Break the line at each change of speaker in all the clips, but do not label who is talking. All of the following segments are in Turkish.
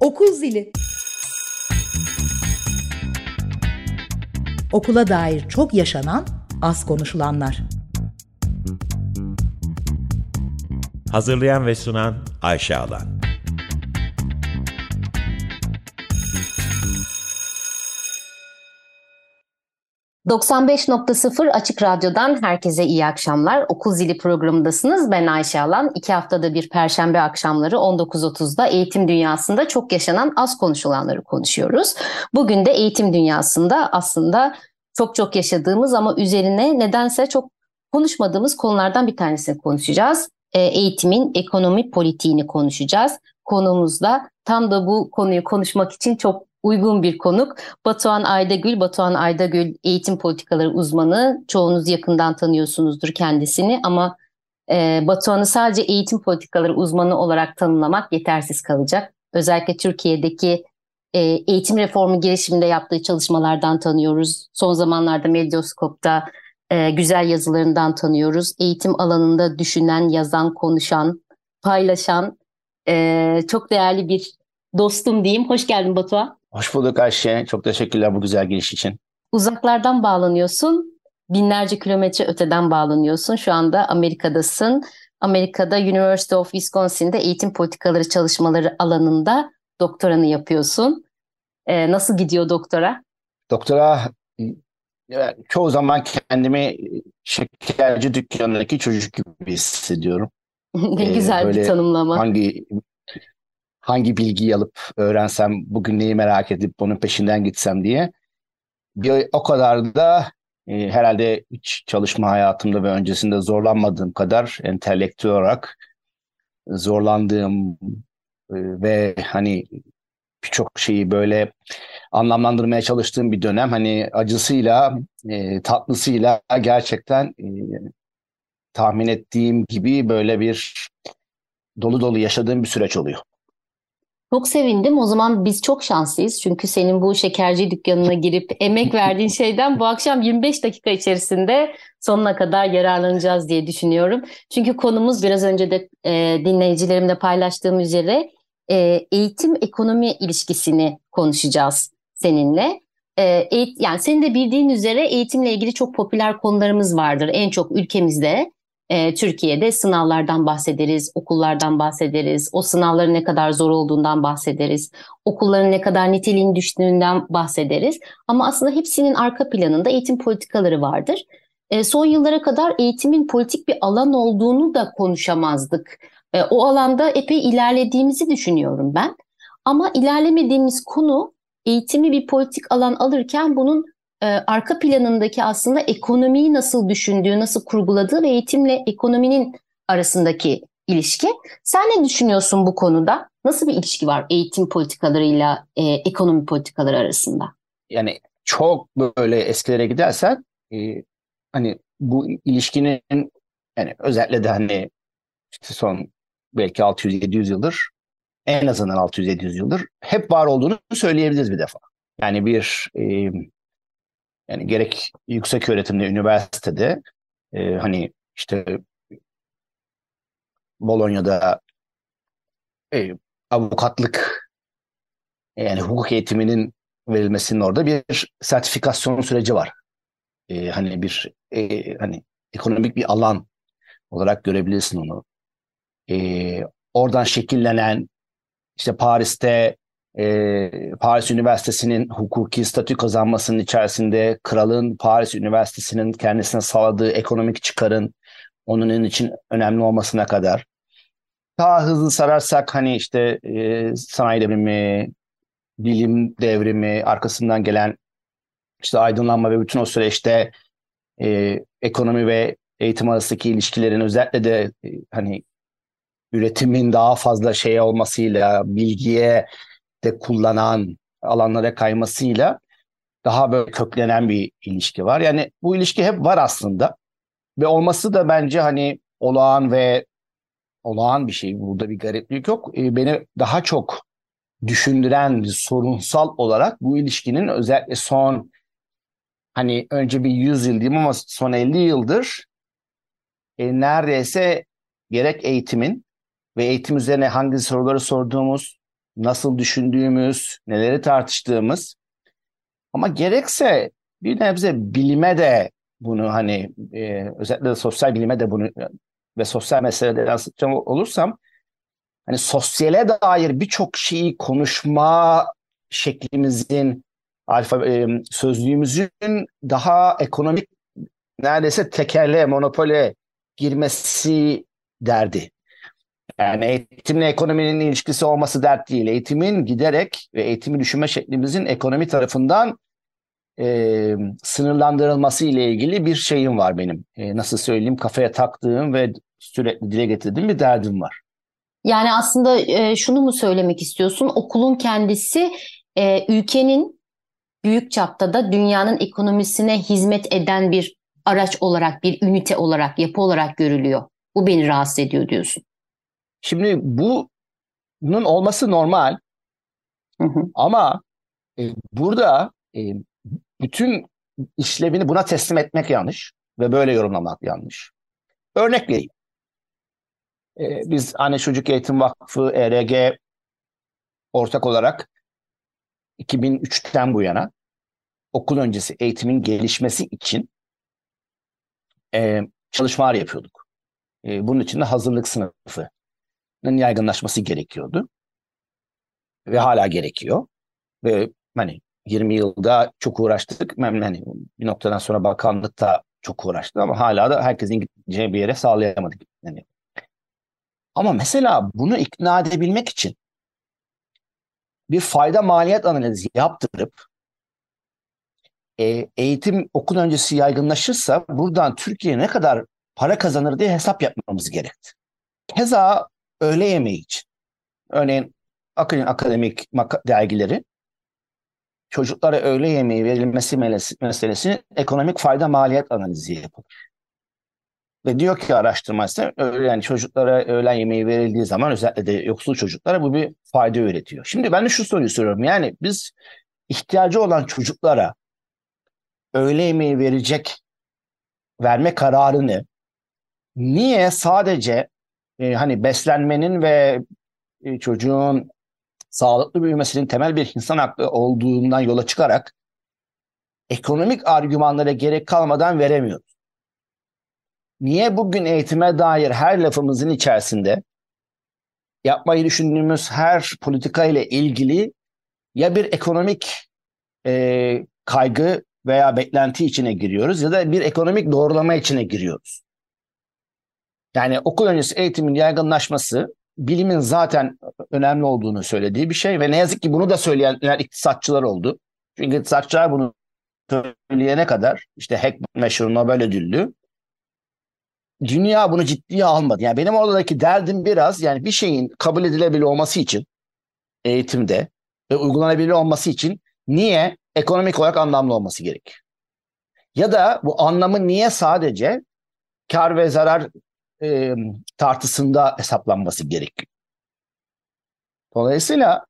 Okul zili. Okula dair çok yaşanan, az konuşulanlar.
Hazırlayan ve sunan Ayşe Alan.
...95.0 Açık Radyo'dan herkese iyi akşamlar. Okul Zili programındasınız. Ben Ayşe Alan. 2 haftada bir Perşembe akşamları 19.30'da eğitim dünyasında çok yaşanan, az konuşulanları konuşuyoruz. Bugün de eğitim dünyasında aslında çok yaşadığımız ama üzerine nedense çok konuşmadığımız konulardan bir tanesini konuşacağız. Eğitimin ekonomi politiğini konuşacağız. Konuğumuzda tam da bu konuyu konuşmak için çok uygun bir konuk. Batuhan Aydagül. Batuhan Aydagül eğitim politikaları uzmanı. Çoğunuz yakından tanıyorsunuzdur kendisini ama Batuhan'ı sadece eğitim politikaları uzmanı olarak tanımlamak yetersiz kalacak. Özellikle Türkiye'deki eğitim reformu girişiminde yaptığı çalışmalardan tanıyoruz. Son zamanlarda Medyaskop'ta güzel yazılarından tanıyoruz. Eğitim alanında düşünen, yazan, konuşan, paylaşan çok değerli bir dostum diyeyim. Hoş geldin Batuhan.
Hoş bulduk Ayşe. Çok teşekkürler bu güzel giriş için.
Uzaklardan bağlanıyorsun. Binlerce kilometre öteden bağlanıyorsun. Şu anda Amerika'dasın. Amerika'da University of Wisconsin'de eğitim politikaları çalışmaları alanında doktoranı yapıyorsun. Nasıl gidiyor doktora?
Doktora çoğu zaman kendimi şekerci dükkanındaki çocuk gibi hissediyorum.
Ne güzel bir
Böyle
tanımlama.
hangi bilgiyi alıp öğrensem, bugün neyi merak edip onun peşinden gitsem diye. O kadar da herhalde hiç çalışma hayatımda ve öncesinde zorlanmadığım kadar entelektüel olarak zorlandığım ve hani birçok şeyi böyle anlamlandırmaya çalıştığım bir dönem. Hani acısıyla, tatlısıyla gerçekten tahmin ettiğim gibi böyle bir dolu dolu yaşadığım bir süreç oluyor.
Çok sevindim. O zaman biz çok şanslıyız. Çünkü senin bu şekerci dükkanına girip emek verdiğin şeyden bu akşam 25 dakika içerisinde sonuna kadar yararlanacağız diye düşünüyorum. Çünkü konumuz biraz önce de dinleyicilerimle paylaştığım üzere eğitim ekonomi ilişkisini konuşacağız seninle. Yani senin de bildiğin üzere eğitimle ilgili çok popüler konularımız vardır. En çok ülkemizde, Türkiye'de sınavlardan bahsederiz, okullardan bahsederiz, o sınavların ne kadar zor olduğundan bahsederiz, okulların ne kadar niteliğin düştüğünden bahsederiz. Ama aslında hepsinin arka planında eğitim politikaları vardır. Son yıllara kadar eğitimin politik bir alan olduğunu da konuşamazdık. O alanda epey ilerlediğimizi düşünüyorum ben. Ama ilerlemediğimiz konu eğitimi bir politik alan alırken bunun arka planındaki aslında ekonomiyi nasıl düşündüğü, nasıl kurguladığı ve eğitimle ekonominin arasındaki ilişki. Sen ne düşünüyorsun bu konuda? Nasıl bir ilişki var eğitim politikalarıyla ekonomi politikaları arasında?
Yani çok böyle eskilere gidersen hani bu ilişkinin yani özellikle de hani işte son belki 600-700 yıldır, en azından 600-700 yıldır hep var olduğunu söyleyebiliriz bir defa. Yani yani gerek yüksek öğretimde, üniversitede hani işte Bolonya'da avukatlık yani hukuk eğitiminin verilmesinin orada bir sertifikasyon süreci var. Hani hani ekonomik bir alan olarak görebilirsin onu. Oradan şekillenen işte Paris Üniversitesi'nin hukuki statü kazanmasının içerisinde kralın Paris Üniversitesi'nin kendisine sağladığı ekonomik çıkarın onun için önemli olmasına kadar. Daha hızlı sararsak hani işte sanayi devrimi, bilim devrimi, arkasından gelen işte aydınlanma ve bütün o süreçte ekonomi ve eğitim arasındaki ilişkilerin özellikle de hani üretimin daha fazla şey olmasıyla, bilgiye de kullanan alanlara kaymasıyla daha böyle köklenen bir ilişki var. Yani bu ilişki hep var aslında ve olması da bence hani olağan bir şey. Burada bir gariplik yok. Beni daha çok düşündüren sorunsal olarak bu ilişkinin özellikle son hani önce bir 100 yıl diyeyim ama son 50 yıldır neredeyse gerek eğitimin ve eğitim üzerine hangi soruları sorduğumuz nasıl düşündüğümüz, neleri tartıştığımız ama gerekse bir nebze bilime de bunu hani özellikle de sosyal bilime de bunu ve sosyal meselelere yansıtacağım olursam hani sosyale dair birçok şeyi konuşma şeklimizin sözlüğümüzün daha ekonomik neredeyse tekerleğe, monopole girmesi derdi. Yani eğitimle ekonominin ilişkisi olması dert değil. Eğitimin giderek ve eğitimi düşünme şeklimizin ekonomi tarafından sınırlandırılması ile ilgili bir şeyim var benim. Nasıl söyleyeyim, kafaya taktığım ve sürekli dile getirdiğim bir derdim var.
Yani aslında şunu mu söylemek istiyorsun? Okulun kendisi ülkenin büyük çapta da dünyanın ekonomisine hizmet eden bir araç olarak, bir ünite olarak, yapı olarak görülüyor. Bu beni rahatsız ediyor diyorsun.
Şimdi bunun olması normal
Hı hı.
ama burada bütün işlevini buna teslim etmek yanlış ve böyle yorumlamak yanlış. Örnek vereyim. Biz Anne Çocuk Eğitim Vakfı, ERG ortak olarak 2003'ten bu yana okul öncesi eğitimin gelişmesi için çalışmalar yapıyorduk. Bunun için de hazırlık sınıfının yaygınlaşması gerekiyordu. Ve hala gerekiyor. Ve hani 20 yılda çok uğraştık. Hani bir noktadan sonra bakanlık da çok uğraştı ama hala da herkesin gideceği bir yere sağlayamadık. Yani. Ama mesela bunu ikna edebilmek için bir fayda maliyet analizi yaptırıp eğitim okul öncesi yaygınlaşırsa buradan Türkiye ne kadar para kazanır diye hesap yapmamız gerekti. Keza öğle yemeği için. Örneğin akademik dergileri çocuklara öğle yemeği verilmesi meselesinin ekonomik fayda maliyet analizi yapılır. Ve diyor ki araştırma ise yani çocuklara öğlen yemeği verildiği zaman özellikle de yoksul çocuklara bu bir fayda üretiyor. Şimdi ben de şu soruyu soruyorum. Yani biz ihtiyacı olan çocuklara öğle yemeği verme kararını niye sadece hani beslenmenin ve çocuğun sağlıklı büyümesinin temel bir insan hakkı olduğundan yola çıkarak ekonomik argümanlara gerek kalmadan veremiyoruz? Niye bugün eğitime dair her lafımızın içerisinde yapmayı düşündüğümüz her politika ile ilgili ya bir ekonomik kaygı veya beklenti içine giriyoruz ya da bir ekonomik doğrulama içine giriyoruz? Yani okul öncesi eğitimin yaygınlaşması bilimin zaten önemli olduğunu söylediği bir şey ve ne yazık ki bunu da söyleyenler iktisatçılar oldu. Çünkü iktisatçılar bunu söyleyene kadar işte Heck meşhur Nobel ödüllü dünya bunu ciddiye almadı. Yani benim oradaki derdim biraz yani bir şeyin kabul edilebilir olması için eğitimde ve uygulanabilir olması için niye ekonomik olarak anlamlı olması gerek? Ya da bu anlamı niye sadece kar ve zarar tartısında hesaplanması gerekiyor? Dolayısıyla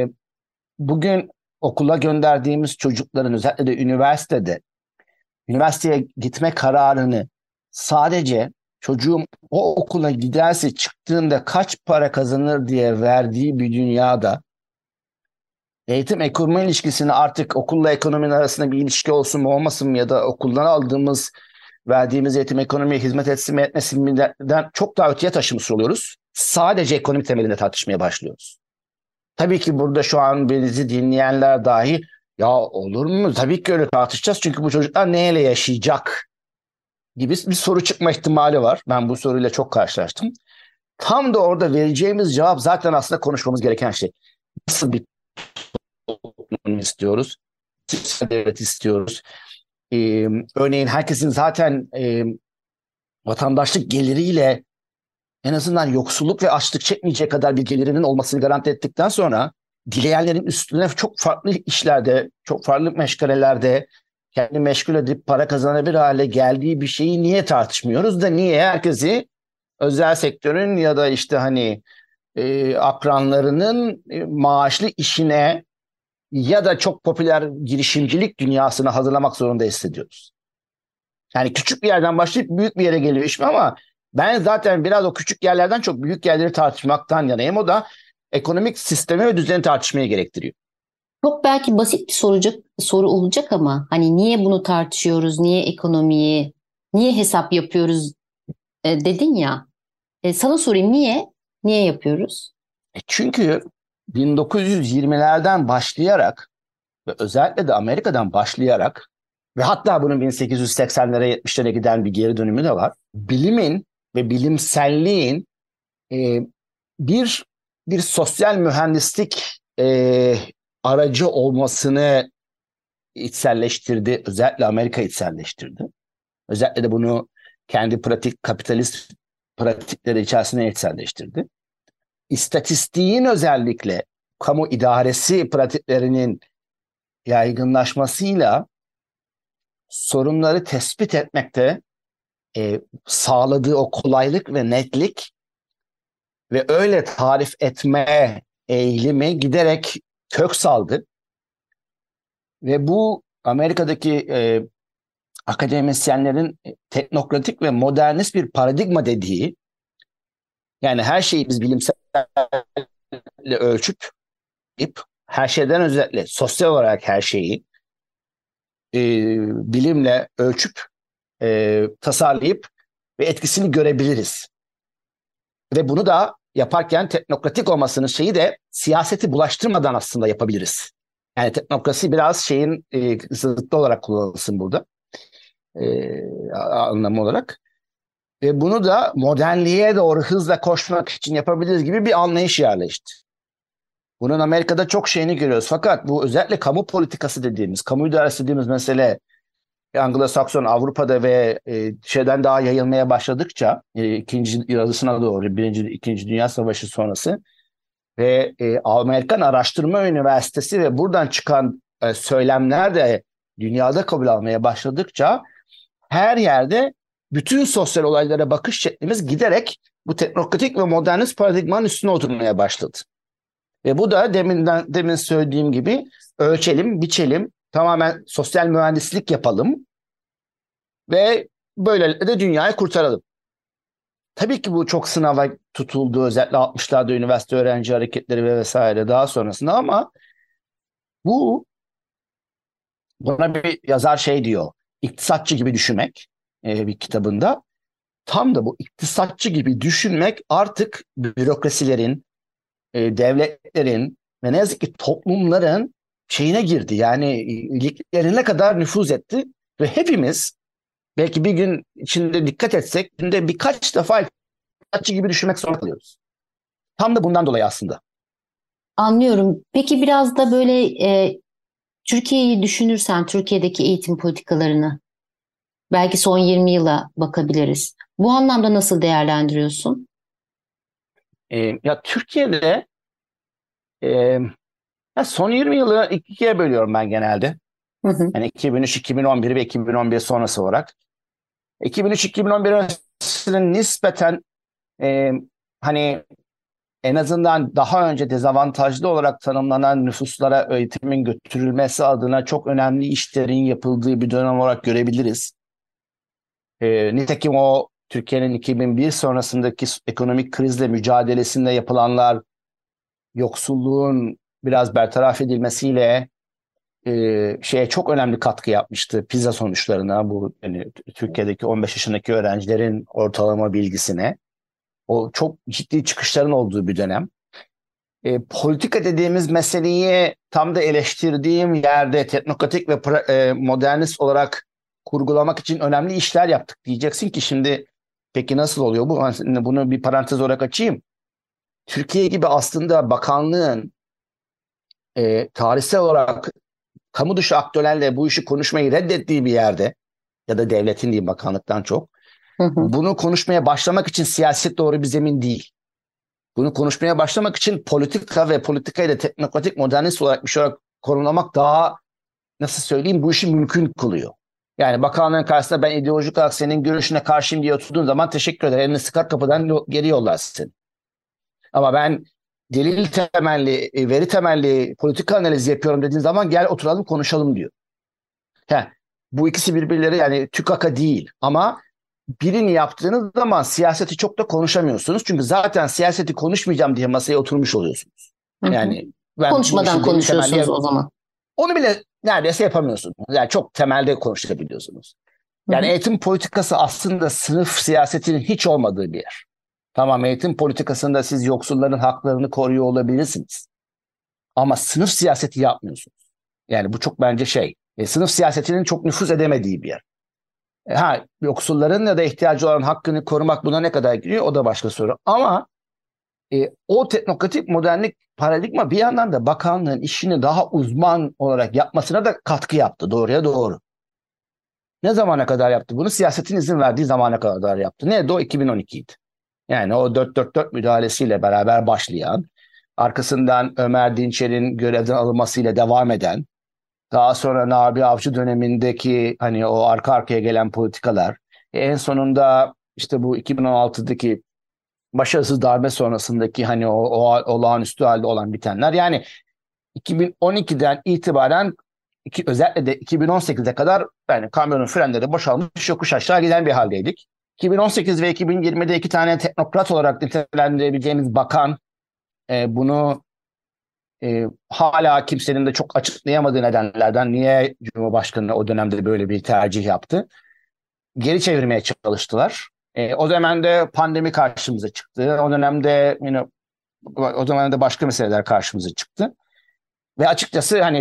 bugün okula gönderdiğimiz çocukların özellikle de üniversiteye gitme kararını sadece çocuğum o okula giderse çıktığında kaç para kazanır diye verdiği bir dünyada eğitim ekonomi ilişkisini artık okulla ekonominin arasında bir ilişki olsun mu olmasın mı ya da okuldan verdiğimiz eğitim ekonomiye hizmet etsin mi etmesin mi'den çok daha öteye taşımış oluyoruz. Sadece ekonomi temelinde tartışmaya başlıyoruz. Tabii ki burada şu an bizi dinleyenler dahi ya olur mu? Tabii ki öyle tartışacağız çünkü bu çocuklar neyle yaşayacak gibi bir soru çıkma ihtimali var. Ben bu soruyla çok karşılaştım. Tam da orada vereceğimiz cevap zaten aslında konuşmamız gereken şey. Nasıl bir toplum istiyoruz? Nasıl devlet istiyoruz? Örneğin herkesin zaten vatandaşlık geliriyle en azından yoksulluk ve açlık çekmeyecek kadar bir gelirinin olmasını garanti ettikten sonra dileyenlerin üstüne çok farklı işlerde, çok farklı meşgalelerde kendini meşgul edip para kazanabilir hale geldiği bir şeyi niye tartışmıyoruz da niye herkesi özel sektörün ya da işte hani akranlarının maaşlı işine ya da çok popüler girişimcilik dünyasına hazırlamak zorunda hissediyoruz. Yani küçük bir yerden başlayıp büyük bir yere geliyor iş mi ama ben zaten biraz o küçük yerlerden çok büyük yerleri tartışmaktan yanayım. O da ekonomik sistemi ve düzeni tartışmayı gerektiriyor.
Çok belki basit bir soru olacak ama hani niye bunu tartışıyoruz, niye ekonomiyi, niye hesap yapıyoruz dedin ya. Sana sorayım niye? Niye yapıyoruz?
Çünkü 1920'lerden başlayarak ve özellikle de Amerika'dan başlayarak ve hatta bunun 1880'lere 70'lere giden bir geri dönümü de var. Bilimin ve bilimselliğin e, bir bir sosyal mühendislik aracı olmasını içselleştirdi. Özellikle Amerika içselleştirdi. Özellikle de bunu kendi kapitalist pratikleri içerisinde içselleştirdi. İstatistiğin özellikle kamu idaresi pratiklerinin yaygınlaşmasıyla sorunları tespit etmekte sağladığı o kolaylık ve netlik ve öyle tarif etme eğilimi giderek kök saldı. Ve bu Amerika'daki akademisyenlerin teknokratik ve modernist bir paradigma dediği, yani her şeyi biz bilimselle ölçüp her şeyden özellikle sosyal olarak her şeyi bilimle ölçüp tasarlayıp ve etkisini görebiliriz. Ve bunu da yaparken teknokratik olmasının şeyi de siyaseti bulaştırmadan aslında yapabiliriz. Yani teknokrasi biraz şeyin zıttı olarak kullanılsın burada anlamı olarak. Ve bunu da modernliğe doğru hızla koşmak için yapabiliriz gibi bir anlayış yerleşti. Bunun Amerika'da çok şeyini görüyoruz. Fakat bu özellikle kamu politikası dediğimiz, kamu idaresi dediğimiz mesele Anglo-Sakson Avrupa'da ve şeyden daha yayılmaya başladıkça ikinci yarısına doğru İkinci Dünya Savaşı sonrası ve Amerikan Araştırma Üniversitesi ve buradan çıkan söylemler de dünyada kabul almaya başladıkça her yerde bütün sosyal olaylara bakış şeklimiz giderek bu teknokratik ve modernist paradigmanın üstüne oturmaya başladı. Ve bu da demin söylediğim gibi ölçelim, biçelim, tamamen sosyal mühendislik yapalım ve böylelikle de dünyayı kurtaralım. Tabii ki bu çok sınava tutuldu, özellikle 60'larda üniversite öğrenci hareketleri ve vesaire daha sonrasında, ama buna bir yazar şey diyor, iktisatçı gibi düşünmek bir kitabında. Tam da bu iktisatçı gibi düşünmek artık bürokrasilerin, devletlerin ve ne yazık ki toplumların şeyine girdi. Yani iliklerine kadar nüfuz etti ve hepimiz belki bir gün içinde dikkat etsek günde birkaç defa iktisatçı gibi düşünmek zorunda kalıyoruz. Tam da bundan dolayı aslında.
Anlıyorum. Peki biraz da böyle Türkiye'yi düşünürsen, Türkiye'deki eğitim politikalarını belki son 20 yıla bakabiliriz. Bu anlamda nasıl değerlendiriyorsun?
Ya Türkiye'de son 20 yılı ikiye bölüyorum ben genelde.
Hı hı.
Yani 2003, 2011 ve 2011 sonrası olarak. 2003-2011 arasının nispeten hani en azından daha önce dezavantajlı olarak tanımlanan nüfuslara eğitimin götürülmesi adına çok önemli işlerin yapıldığı bir dönem olarak görebiliriz. Nitekim o Türkiye'nin 2001 sonrasındaki ekonomik krizle mücadelesinde yapılanlar, yoksulluğun biraz bertaraf edilmesiyle şeye çok önemli katkı yapmıştı, PISA sonuçlarına, bu yani Türkiye'deki 15 yaşındaki öğrencilerin ortalama bilgisine. O çok ciddi çıkışların olduğu bir dönem. Politika dediğimiz meseleyi tam da eleştirdiğim yerde teknokratik ve modernist olarak kurgulamak için önemli işler yaptık. Diyeceksin ki şimdi peki nasıl oluyor bu? Bunu bir parantez olarak açayım. Türkiye gibi aslında bakanlığın tarihsel olarak kamu dışı aktörlerle bu işi konuşmayı reddettiği bir yerde, ya da devletin diyeyim, bakanlıktan çok,
Hı hı.
bunu konuşmaya başlamak için siyaset doğru bir zemin değil. Bunu konuşmaya başlamak için politika ve politikayı da teknokratik modernist olarak bir şey olarak konumlamak daha, nasıl söyleyeyim, bu işi mümkün kılıyor. Yani bakanlığın karşısında ben ideolojik olarak senin görüşüne karşıyım diye oturduğun zaman teşekkür ederim, elini sıkar kapıdan geri yollarsın. Ama ben delil temelli, veri temelli politika analizi yapıyorum dediğin zaman gel oturalım konuşalım diyor. Bu ikisi birbirleri, yani tükaka değil, ama birini yaptığınız zaman siyaseti çok da konuşamıyorsunuz. Çünkü zaten siyaseti konuşmayacağım diye masaya oturmuş oluyorsunuz.
Hı hı.
Yani ben bu
Konuşmadan
işin belli
konuşuyorsunuz
temelli,
o zaman.
onu bile neredeyse yapamıyorsunuz. Yani çok temelde konuşabiliyorsunuz.
Hı
Yani
hı.
eğitim politikası aslında sınıf siyasetinin hiç olmadığı bir yer. Tamam, eğitim politikasında siz yoksulların haklarını koruyor olabilirsiniz. Ama sınıf siyaseti yapmıyorsunuz. Yani bu çok bence sınıf siyasetinin çok nüfuz edemediği bir yer. Yoksulların ya da ihtiyacı olan hakkını korumak buna ne kadar giriyor o da başka soru. Ama o teknokratik modernlik paradigma bir yandan da bakanlığın işini daha uzman olarak yapmasına da katkı yaptı. Doğruya doğru. Ne zamana kadar yaptı bunu? Siyasetin izin verdiği zamana kadar yaptı. Neydi o? 2012'ydi. Yani o 444 müdahalesiyle beraber başlayan, arkasından Ömer Dinçer'in görevden alınmasıyla devam eden, daha sonra Nabi Avcı dönemindeki hani o arka arkaya gelen politikalar, en sonunda işte bu 2016'daki başarısız darbe sonrasındaki hani o olağanüstü halde olan bitenler. Yani 2012'den itibaren özellikle de 2018'e kadar yani kamyonun frenleri boşalmış yokuş aşağı giden bir haldeydik. 2018 ve 2020'de iki tane teknokrat olarak nitelendirebileceğimiz bakan bunu hala kimsenin de çok açıklayamadığı nedenlerden niye Cumhurbaşkanı o dönemde böyle bir tercih yaptı, geri çevirmeye çalıştılar. O dönemde pandemi karşımıza çıktı. O dönemde başka meseleler karşımıza çıktı. Ve açıkçası hani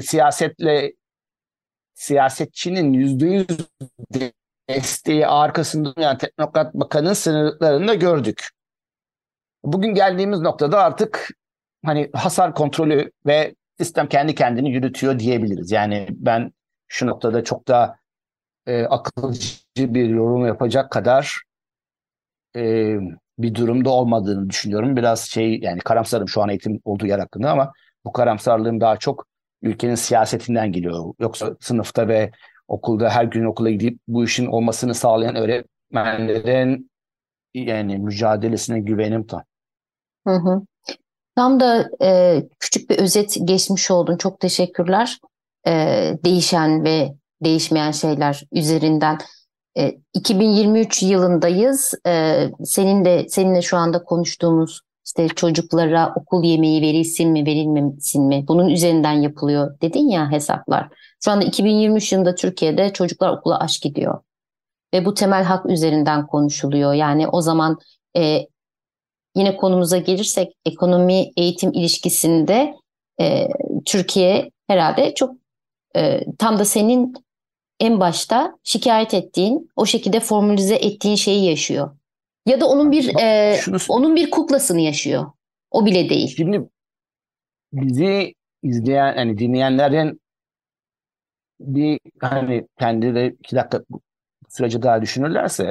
siyasetçinin %100 desteği arkasında duran teknokrat bakanın sınırlarını da gördük. Bugün geldiğimiz noktada artık hani hasar kontrolü ve sistem kendi kendini yürütüyor diyebiliriz. Yani ben şu noktada çok da akılcı bir yorum yapacak kadar e, bir durumda olmadığını düşünüyorum. Biraz yani karamsarım şu an eğitim olduğu yer hakkında ama bu karamsarlığım daha çok ülkenin siyasetinden geliyor. Yoksa sınıfta ve okulda her gün okula gidip bu işin olmasını sağlayan öğretmenlerin yani mücadelesine güvenim tam.
Hı hı. Tam da küçük bir özet geçmiş oldun. Çok teşekkürler. Değişen ve değişmeyen şeyler üzerinden. 2023 yılındayız. Seninle şu anda konuştuğumuz işte çocuklara okul yemeği verilsin mi, verilmesin mi? Bunun üzerinden yapılıyor dedin ya hesaplar. Şu anda 2023 yılında Türkiye'de çocuklar okula aç gidiyor. Ve bu temel hak üzerinden konuşuluyor. Yani o zaman yine konumuza gelirsek ekonomi eğitim ilişkisinde Türkiye herhalde çok tam da senin en başta şikayet ettiğin, o şekilde formülize ettiğin şeyi yaşıyor. Ya da onun bir kuklasını yaşıyor. O bile değil.
Şimdi bizi izleyen hani dinleyenlerin bir hani kendileri 2 dakika bu süreci daha düşünürlerse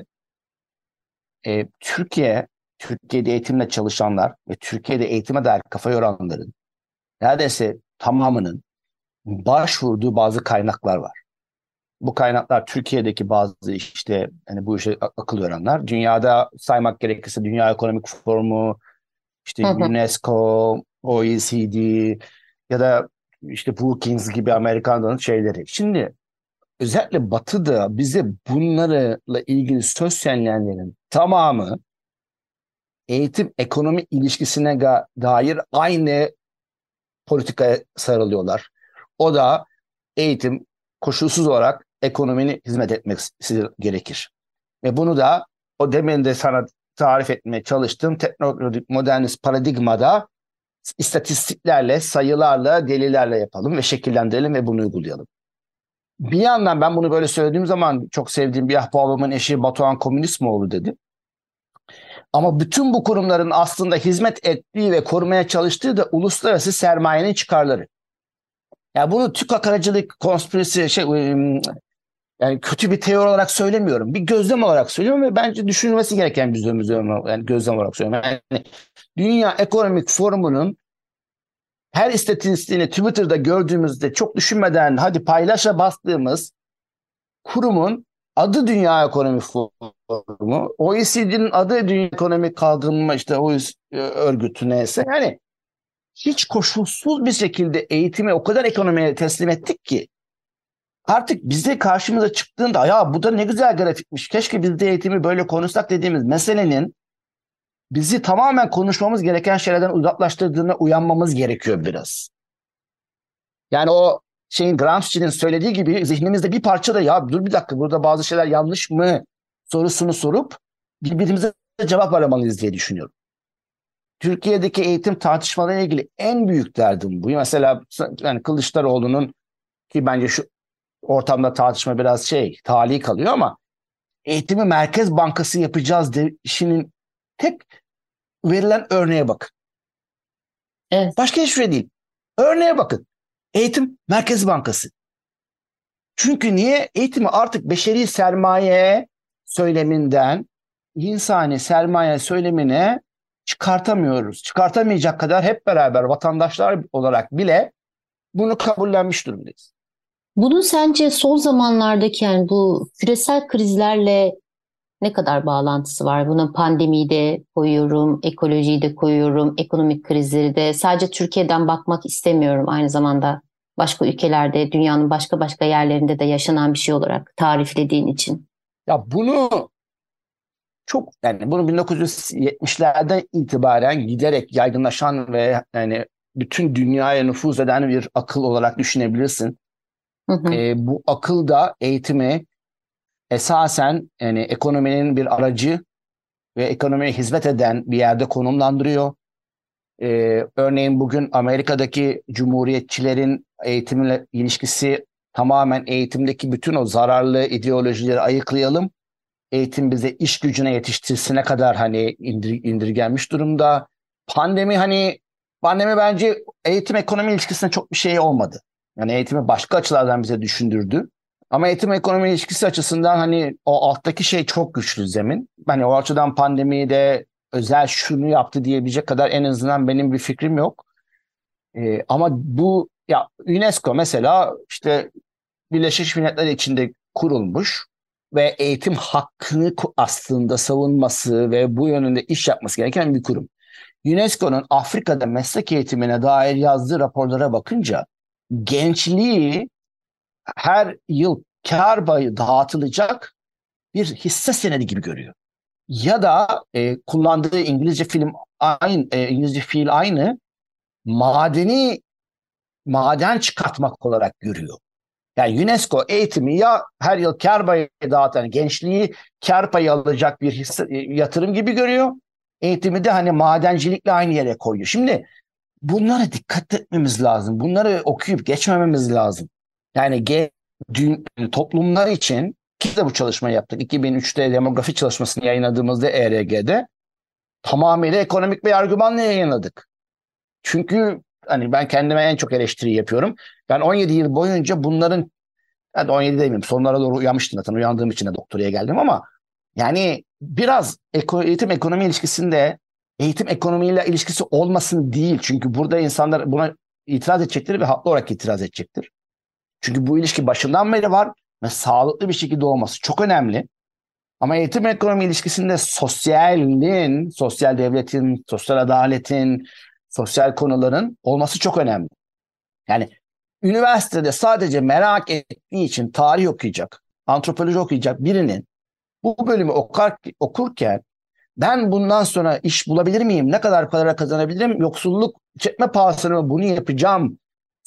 Türkiye'de eğitimle çalışanlar ve Türkiye'de eğitime dair kafa yoranların neredeyse tamamının başvurduğu bazı kaynaklar var. Bu kaynaklar Türkiye'deki bazı işte hani bu işe akıl yoranlar. Dünyada saymak gerekirse Dünya Ekonomik Forumu, işte
Hı hı.
UNESCO, OECD ya da işte Brookings gibi Amerikanların şeyleri. Şimdi özellikle Batı'da bize bunlarla ilgili söz söyleyenlerin tamamı eğitim ekonomi ilişkisine dair aynı politikaya sarılıyorlar. O da eğitim koşulsuz olarak ekonominin hizmet etmesi gerekir. Ve bunu da o demin de sana tarif etmeye çalıştığım teknolojik modernist paradigmada istatistiklerle, sayılarla, delilerle yapalım ve şekillendirelim ve bunu uygulayalım. Bir yandan ben bunu böyle söylediğim zaman çok sevdiğim bir ahbabımın eşi Batuhan Komünistmoğlu dedi. Ama bütün bu kurumların aslında hizmet ettiği ve korumaya çalıştığı da uluslararası sermayenin çıkarları. Yani bunu tükak aracılık konspirasi yani kötü bir teori olarak söylemiyorum. Bir gözlem olarak söylüyorum ve bence düşünülmesi gereken bir gözlem olarak söylüyorum. Yani Dünya Ekonomik Forumu'nun her istatistiğini Twitter'da gördüğümüzde çok düşünmeden hadi paylaşa bastığımız kurumun adı Dünya Ekonomik Forumu, OECD'nin adı Dünya Ekonomik Kalkınma işte örgütü neyse. Yani hiç koşulsuz bir şekilde eğitimi o kadar ekonomiye teslim ettik ki Artık bize karşımıza çıktığında ya bu da ne güzel grafikmiş, keşke biz de eğitimi böyle konuşsak dediğimiz meselenin bizi tamamen konuşmamız gereken şeylerden uzaklaştırdığına uyanmamız gerekiyor biraz. Yani o Gramsci'nin söylediği gibi zihnimizde bir parça da ya dur bir dakika burada bazı şeyler yanlış mı sorusunu sorup birbirimize cevap aramalıyız diye düşünüyorum. Türkiye'deki eğitim tartışmalarıyla ilgili en büyük derdim bu. Mesela yani Kılıçdaroğlu'nun, ki bence şu ortamda tartışma biraz tali kalıyor ama eğitimi Merkez Bankası yapacağız işinin tek verilen örneğe bakın.
Evet.
Başka hiçbir şey değil. Örneğe bakın. Eğitim Merkez Bankası. Çünkü niye? Eğitimi artık beşeri sermaye söyleminden insani sermaye söylemine çıkartamıyoruz. Çıkartamayacak kadar hep beraber vatandaşlar olarak bile bunu kabullenmiş durumdayız.
Bunun sence son zamanlardaki yani bu küresel krizlerle ne kadar bağlantısı var? Buna pandemiyi de koyuyorum, ekolojiyi de koyuyorum, ekonomik krizleri de. Sadece Türkiye'den bakmak istemiyorum. Aynı zamanda başka ülkelerde, dünyanın başka yerlerinde de yaşanan bir şey olarak tariflediğin için.
Ya bunu bunu 1970'lerden itibaren giderek yaygınlaşan ve yani bütün dünyaya nüfuz eden bir akıl olarak düşünebilirsin.
Hı hı.
Bu akıl da eğitimi esasen yani ekonominin bir aracı ve ekonomiye hizmet eden bir yerde konumlandırıyor. Örneğin bugün Amerika'daki cumhuriyetçilerin eğitimle ilişkisi tamamen eğitimdeki bütün o zararlı ideolojileri ayıklayalım. Eğitim bize iş gücüne yetiştirsine kadar indirgenmiş durumda. Pandemi bence eğitim ekonomi ilişkisinde çok bir şey olmadı. Yani eğitimi başka açılardan bize düşündürdü. Ama eğitim ekonomi ilişkisi açısından o alttaki şey çok güçlü zemin. O açıdan pandemiyi de özel şunu yaptı diyebilecek kadar en azından benim bir fikrim yok. Ama bu ya UNESCO mesela işte Birleşmiş Milletler içinde kurulmuş ve eğitim hakkını aslında savunması ve bu yönünde iş yapması gereken bir kurum. UNESCO'nun Afrika'da meslek eğitimine dair yazdığı raporlara bakınca gençliği her yıl kâr payı dağıtılacak bir hisse senedi gibi görüyor. Ya da kullandığı İngilizce fiil aynı, maden çıkartmak olarak görüyor. Yani UNESCO eğitimi ya her yıl kâr payı dağıtan gençliği kâr payı alacak bir yatırım gibi görüyor. Eğitimi de madencilikle aynı yere koyuyor. Şimdi bunlara dikkat etmemiz lazım. Bunları okuyup geçmememiz lazım. Yani toplumlar için ki de bu çalışmayı yaptık. 2003'te demografi çalışmasını yayınladığımızda ERG'de tamamıyla ekonomik bir argümanla yayınladık. Çünkü ben kendime en çok eleştiri yapıyorum. Ben 17 yıl boyunca bunların 17 demeyeyim sonlara doğru uyanmıştım zaten. Uyandığım için de doktoraya geldim ama yani biraz eğitim ekonomi ilişkisinde eğitim ekonomiyle ilişkisi olmasın değil. Çünkü burada insanlar buna itiraz edecektir ve haklı olarak itiraz edecektir. Çünkü bu ilişki başından beri var ve sağlıklı bir şekilde olması çok önemli. Ama eğitim ekonomi ilişkisinde sosyal devletin, sosyal adaletin, sosyal konuların olması çok önemli. Yani üniversitede sadece merak ettiği için tarih okuyacak, antropoloji okuyacak birinin bu bölümü okurken ben bundan sonra iş bulabilir miyim? Ne kadar para kazanabilirim? Yoksulluk çekme pahasına mı bunu yapacağım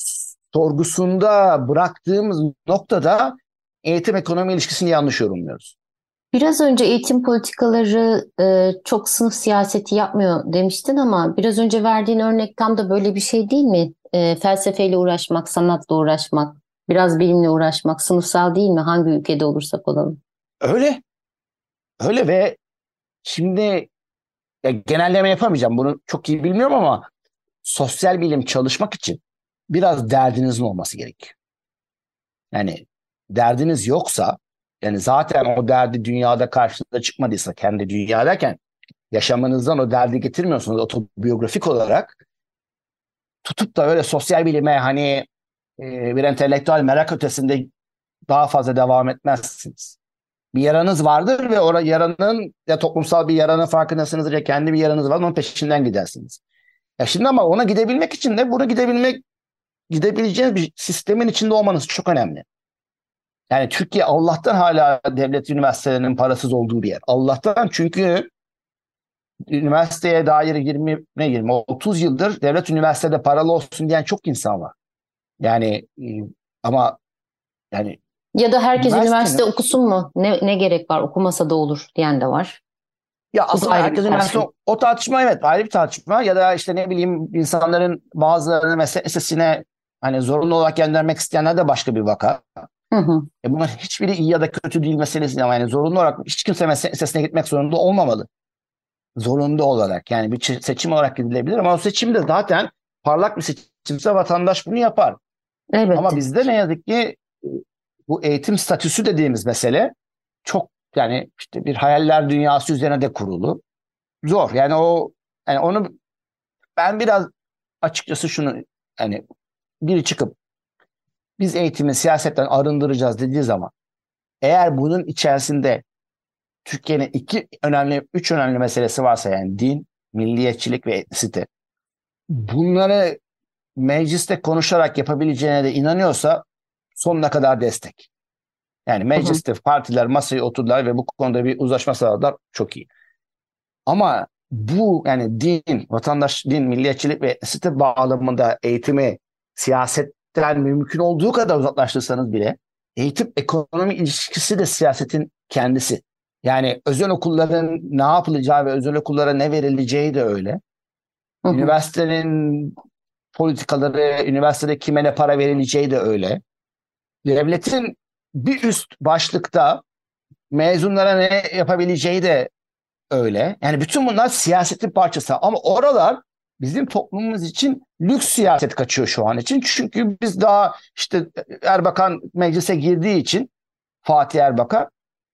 sorgusunda bıraktığımız noktada eğitim ekonomi ilişkisini yanlış yorumluyoruz.
Biraz önce eğitim politikaları çok sınıf siyaseti yapmıyor demiştin ama biraz önce verdiğin örnek tam da böyle bir şey değil mi? Felsefeyle uğraşmak, sanatla uğraşmak, biraz bilimle uğraşmak sınıfsal değil mi? Hangi ülkede olursak olalım.
Öyle. Öyle ve şimdi genelleme yapamayacağım. Bunu çok iyi bilmiyorum ama sosyal bilim çalışmak için biraz derdinizin olması gerekiyor. Yani derdiniz yoksa yani zaten o derdi dünyada karşınıza çıkmadıysa kendi dünya derken yaşamınızdan o derdi getirmiyorsunuz otobiyografik olarak tutup da öyle sosyal bilime bir entelektüel merak ötesinde daha fazla devam etmezsiniz. Bir yaranız vardır ve yaranın ya toplumsal bir yaranın farkındasınız ya kendi bir yaranız var onun peşinden gidersiniz. Şimdi ama ona gidebilmek için de gidebileceğiniz bir sistemin içinde olmanız çok önemli. Yani Türkiye Allah'tan hala devlet üniversitelerinin parasız olduğu bir yer. Allah'tan, çünkü üniversiteye dair 30 yıldır devlet üniversitede paralı olsun diyen çok insan var. Yani ama yani
Ya da herkes üniversite
üniversitenin,
okusun mu? Ne gerek var? Okumasa da olur diyen de var.
ya
Bu da
aslında
ayrı bir
herkes üniversite,
tartışma.
o tartışma evet ayrı bir tartışma, ya da işte ne bileyim insanların bazılarını meslek lisesine hani zorunlu olarak göndermek isteyenler de başka bir vaka.
Hı hı.
Bunlar hiçbiri iyi ya da kötü değil meselesi, ama yani zorunlu olarak hiç kimse meslek lisesine gitmek zorunda olmamalı. Zorunlu olarak, yani bir seçim olarak gidilebilir, ama o seçim de zaten parlak bir seçimse vatandaş bunu yapar. Ama
Elbette.
bizde ne yazık ki bu eğitim statüsü dediğimiz mesele çok, yani işte bir hayaller dünyası üzerine de kurulu. Zor. Yani onu ben biraz açıkçası şunu, hani biri çıkıp biz eğitimi siyasetten arındıracağız dediği zaman, eğer bunun içerisinde Türkiye'nin üç önemli meselesi varsa, yani din, milliyetçilik ve etnisite, bunları mecliste konuşarak yapabileceğine de inanıyorsa sonuna kadar destek. Yani
Hı hı.
mecliste partiler masaya oturdular ve bu konuda bir uzlaşma sağladılar. Çok iyi. Ama bu, yani din, milliyetçilik ve etnisite bağlamında eğitimi siyasetten mümkün olduğu kadar uzaklaştırsanız bile, eğitim ekonomi ilişkisi de siyasetin kendisi. Yani özel okulların ne yapılacağı ve özel okullara ne verileceği de öyle.
Hı hı.
Üniversitenin politikaları, üniversitede kime ne para verileceği de öyle. Devletin bir üst başlıkta mezunlara ne yapabileceği de öyle. Yani bütün bunlar siyasetin parçası. Ama oralar bizim toplumumuz için lüks siyaset kaçıyor şu an için. Çünkü biz daha işte Erbakan meclise girdiği için, Fatih Erbakan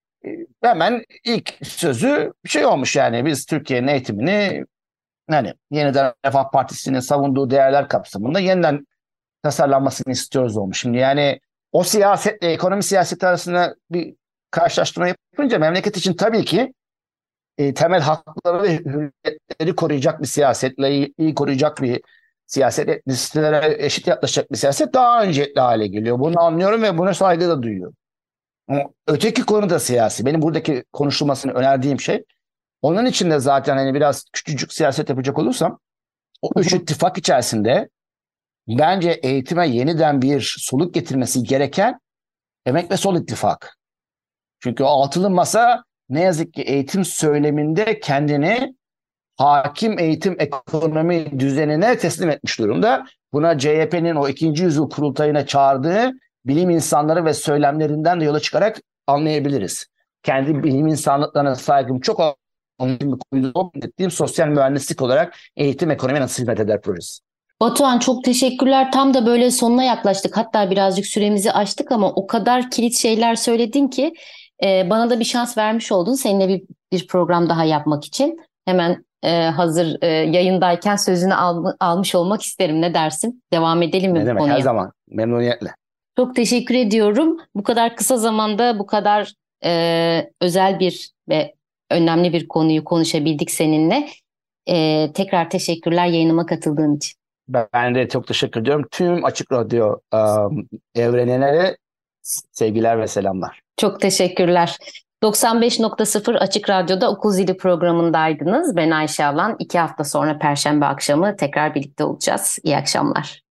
hemen ilk sözü şey olmuş, yani biz Türkiye'nin eğitimini hani yeniden Refah Partisi'nin savunduğu değerler kapsamında yeniden tasarlanmasını istiyoruz olmuş. Şimdi yani o siyasetle ekonomi siyaseti arasında bir karşılaştırma yapınca, memleket için tabii ki temel hakları ve hürriyetleri koruyacak bir siyasetle, iyi koruyacak bir siyaset, etnisitelere eşit yaklaşacak bir siyaset daha öncelikli hale geliyor. Bunu anlıyorum ve buna saygı da duyuyorum. Ama öteki konu da siyasi. Benim buradaki konuşulmasını önerdiğim şey, onun için de zaten hani biraz küçücük siyaset yapacak olursam, o
Hı
üç
hı.
ittifak içerisinde bence eğitime yeniden bir soluk getirmesi gereken Emek ve Sol İttifakı. Çünkü o altılı masa ne yazık ki eğitim söyleminde kendini hakim eğitim ekonomi düzenine teslim etmiş durumda. Buna CHP'nin o ikinci yüzyıl kurultayına çağırdığı bilim insanları ve söylemlerinden de yola çıkarak anlayabiliriz. Kendi bilim insanlıklarına saygım çok, onun için ettiğim sosyal mühendislik olarak eğitim ekonomi nasıl hizmet eder projesi.
Batuhan, çok teşekkürler. Tam da böyle sonuna yaklaştık. Hatta birazcık süremizi aştık ama o kadar kilit şeyler söyledin ki bana da bir şans vermiş oldun. Seninle bir program daha yapmak için. Hemen hazır yayındayken sözünü almış olmak isterim. Ne dersin? Devam edelim mi
Ne
bu
demek, her
konuya?
zaman memnuniyetle.
Çok teşekkür ediyorum. Bu kadar kısa zamanda bu kadar özel bir ve önemli bir konuyu konuşabildik seninle. Tekrar teşekkürler yayınıma katıldığın için.
Ben de çok teşekkür ediyorum. Tüm Açık Radyo evrenine de sevgiler ve selamlar.
Çok teşekkürler. 95.0 Açık Radyo'da Okul Zili programındaydınız. Ben Ayşe Alan. 2 hafta sonra Perşembe akşamı tekrar birlikte olacağız. İyi akşamlar.